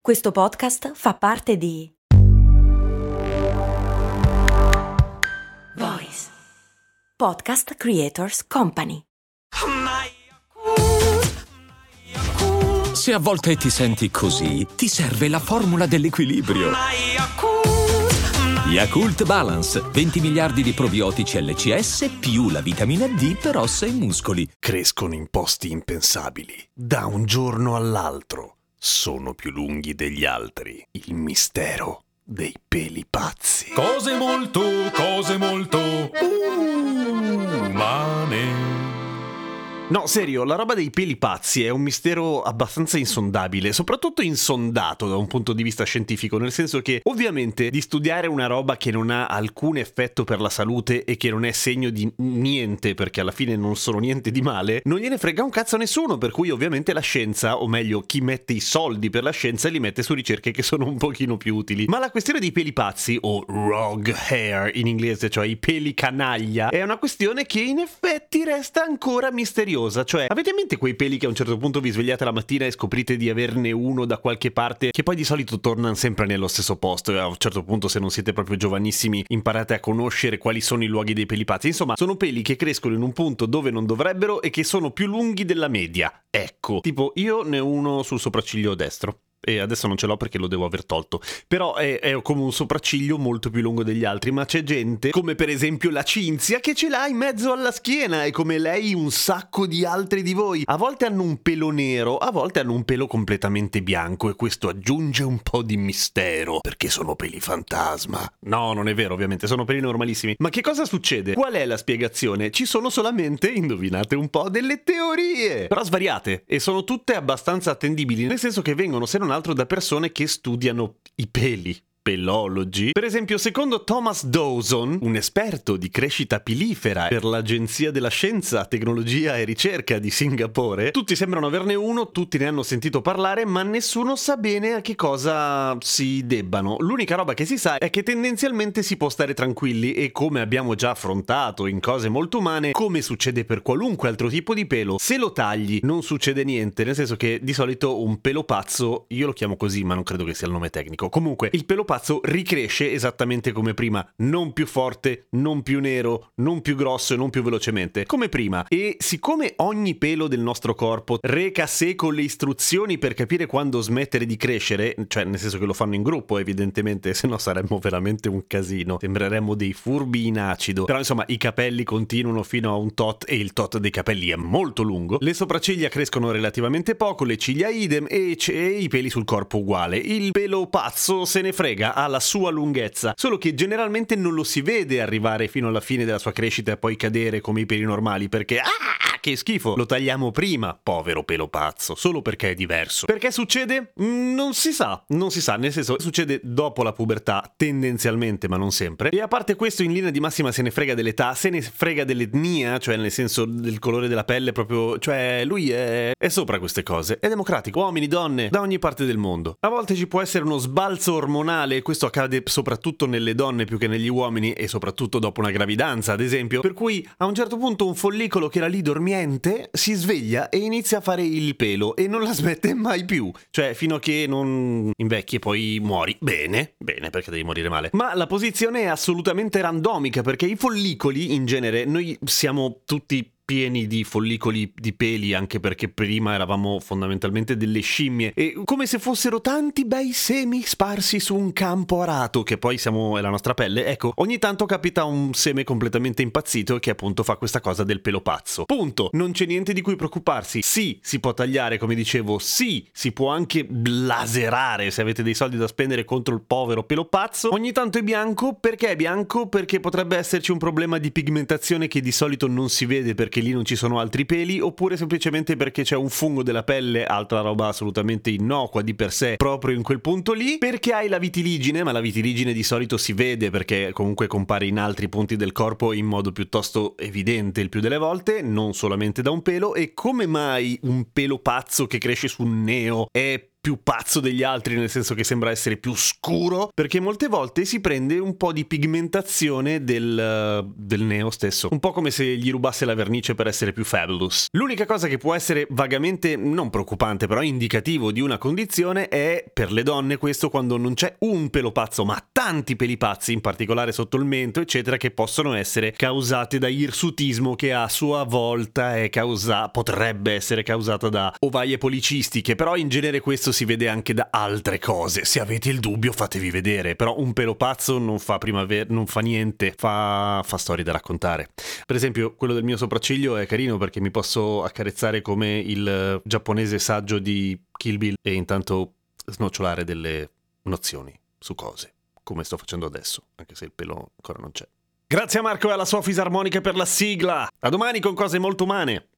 Questo podcast fa parte di Voice Podcast Creators Company. Se a volte ti senti così, ti serve la formula dell'equilibrio. Yakult Balance, 20 miliardi di probiotici LCS più la vitamina D per ossa e muscoli. Crescono in posti impensabili, da un giorno all'altro. Sono più lunghi degli altri. Il mistero dei peli pazzi. Cose molto umane. No, serio, la roba dei peli pazzi è un mistero abbastanza insondabile, soprattutto insondato da un punto di vista scientifico, nel senso che ovviamente di studiare una roba che non ha alcun effetto per la salute e che non è segno di niente, perché alla fine non sono niente di male, non gliene frega un cazzo a nessuno, per cui ovviamente la scienza, o meglio chi mette i soldi per la scienza, li mette su ricerche che sono un pochino più utili. Ma la questione dei peli pazzi, o rogue hair in inglese, cioè i peli canaglia, è una questione che in effetti resta ancora misteriosa. Cioè, avete in mente quei peli che a un certo punto vi svegliate la mattina e scoprite di averne uno da qualche parte, che poi di solito tornano sempre nello stesso posto, e a un certo punto, se non siete proprio giovanissimi, imparate a conoscere quali sono i luoghi dei peli pazzi. Insomma, sono peli che crescono in un punto dove non dovrebbero e che sono più lunghi della media. Ecco, tipo io ne ho uno sul sopracciglio destro. E adesso non ce l'ho perché lo devo aver tolto. Però è come un sopracciglio molto più lungo degli altri. Ma c'è gente, come per esempio la Cinzia, che ce l'ha in mezzo alla schiena. E come lei un sacco di altri di voi. A volte hanno un pelo nero, a volte hanno un pelo completamente bianco. E questo aggiunge un po' di mistero, perché sono peli fantasma. No, non è vero, ovviamente, sono peli normalissimi. Ma che cosa succede? Qual è la spiegazione? Ci sono solamente, indovinate un po', delle teorie, però svariate. E sono tutte abbastanza attendibili, nel senso che vengono, se non altro, da persone che studiano i peli. Pelologi. Per esempio, secondo Thomas Dawson, un esperto di crescita pilifera per l'Agenzia della Scienza, Tecnologia e Ricerca di Singapore, tutti sembrano averne uno, tutti ne hanno sentito parlare, ma nessuno sa bene a che cosa si debbano. L'unica roba che si sa è che tendenzialmente si può stare tranquilli e, come abbiamo già affrontato in cose molto umane, come succede per qualunque altro tipo di pelo, se lo tagli non succede niente, nel senso che di solito un pelo pazzo, io lo chiamo così ma non credo che sia il nome tecnico, comunque il pelo pazzo ricresce esattamente come prima, non più forte, non più nero, non più grosso e non più velocemente, come prima. E siccome ogni pelo del nostro corpo reca a sé con le istruzioni per capire quando smettere di crescere, cioè nel senso che lo fanno in gruppo evidentemente, se no saremmo veramente un casino, sembreremmo dei furbi in acido, però insomma i capelli continuano fino a un tot e il tot dei capelli è molto lungo, le sopracciglia crescono relativamente poco, le ciglia idem e i peli sul corpo uguale. Il pelo pazzo se ne frega, ha la sua lunghezza, solo che generalmente non lo si vede arrivare fino alla fine della sua crescita e poi cadere come i peli normali, perché che schifo, lo tagliamo prima, povero pelo pazzo, solo perché è diverso. Perché succede? Non si sa, nel senso succede dopo la pubertà, tendenzialmente, ma non sempre, e a parte questo in linea di massima se ne frega dell'età, se ne frega dell'etnia, cioè nel senso del colore della pelle proprio, cioè lui è sopra queste cose, è democratico, uomini, donne, da ogni parte del mondo. A volte ci può essere uno sbalzo ormonale, e questo accade soprattutto nelle donne più che negli uomini e soprattutto dopo una gravidanza, ad esempio, per cui a un certo punto un follicolo che era lì dormiente si sveglia e inizia a fare il pelo e non la smette mai più, cioè fino a che non invecchi e poi muori. Bene, perché devi morire male. Ma la posizione è assolutamente randomica, perché i follicoli in genere, noi siamo tutti pieni di follicoli di peli, anche perché prima eravamo fondamentalmente delle scimmie, e come se fossero tanti bei semi sparsi su un campo arato, che poi è la nostra pelle. Ecco, ogni tanto capita un seme completamente impazzito che appunto fa questa cosa del pelo pazzo. Punto. Non c'è niente di cui preoccuparsi. Sì, si può tagliare, come dicevo, sì, si può anche laserare se avete dei soldi da spendere contro il povero pelo pazzo. Ogni tanto è bianco. Perché è bianco? Perché potrebbe esserci un problema di pigmentazione che di solito non si vede perché lì non ci sono altri peli, oppure semplicemente perché c'è un fungo della pelle, altra roba assolutamente innocua di per sé, proprio in quel punto lì, perché hai la vitiligine, ma la vitiligine di solito si vede perché comunque compare in altri punti del corpo in modo piuttosto evidente il più delle volte, non solamente da un pelo. E come mai un pelo pazzo che cresce su un neo è più pazzo degli altri, nel senso che sembra essere più scuro, perché molte volte si prende un po' di pigmentazione del neo stesso, un po' come se gli rubasse la vernice per essere più fabulous. L'unica cosa che può essere vagamente, non preoccupante, però indicativo di una condizione è, per le donne, questo quando non c'è un pelo pazzo, ma tanti peli pazzi, in particolare sotto il mento, eccetera, che possono essere causate da irsutismo, che a sua volta potrebbe essere causata da ovaie policistiche, però in genere questo si vede anche da altre cose. Se avete il dubbio fatevi vedere, però un pelo pazzo non fa non fa niente, fa storie da raccontare. Per esempio quello del mio sopracciglio è carino perché mi posso accarezzare come il giapponese saggio di Kill Bill e intanto snocciolare delle nozioni su cose, come sto facendo adesso, anche se il pelo ancora non c'è. Grazie a Marco e alla sua fisarmonica per la sigla. A domani con cose molto umane.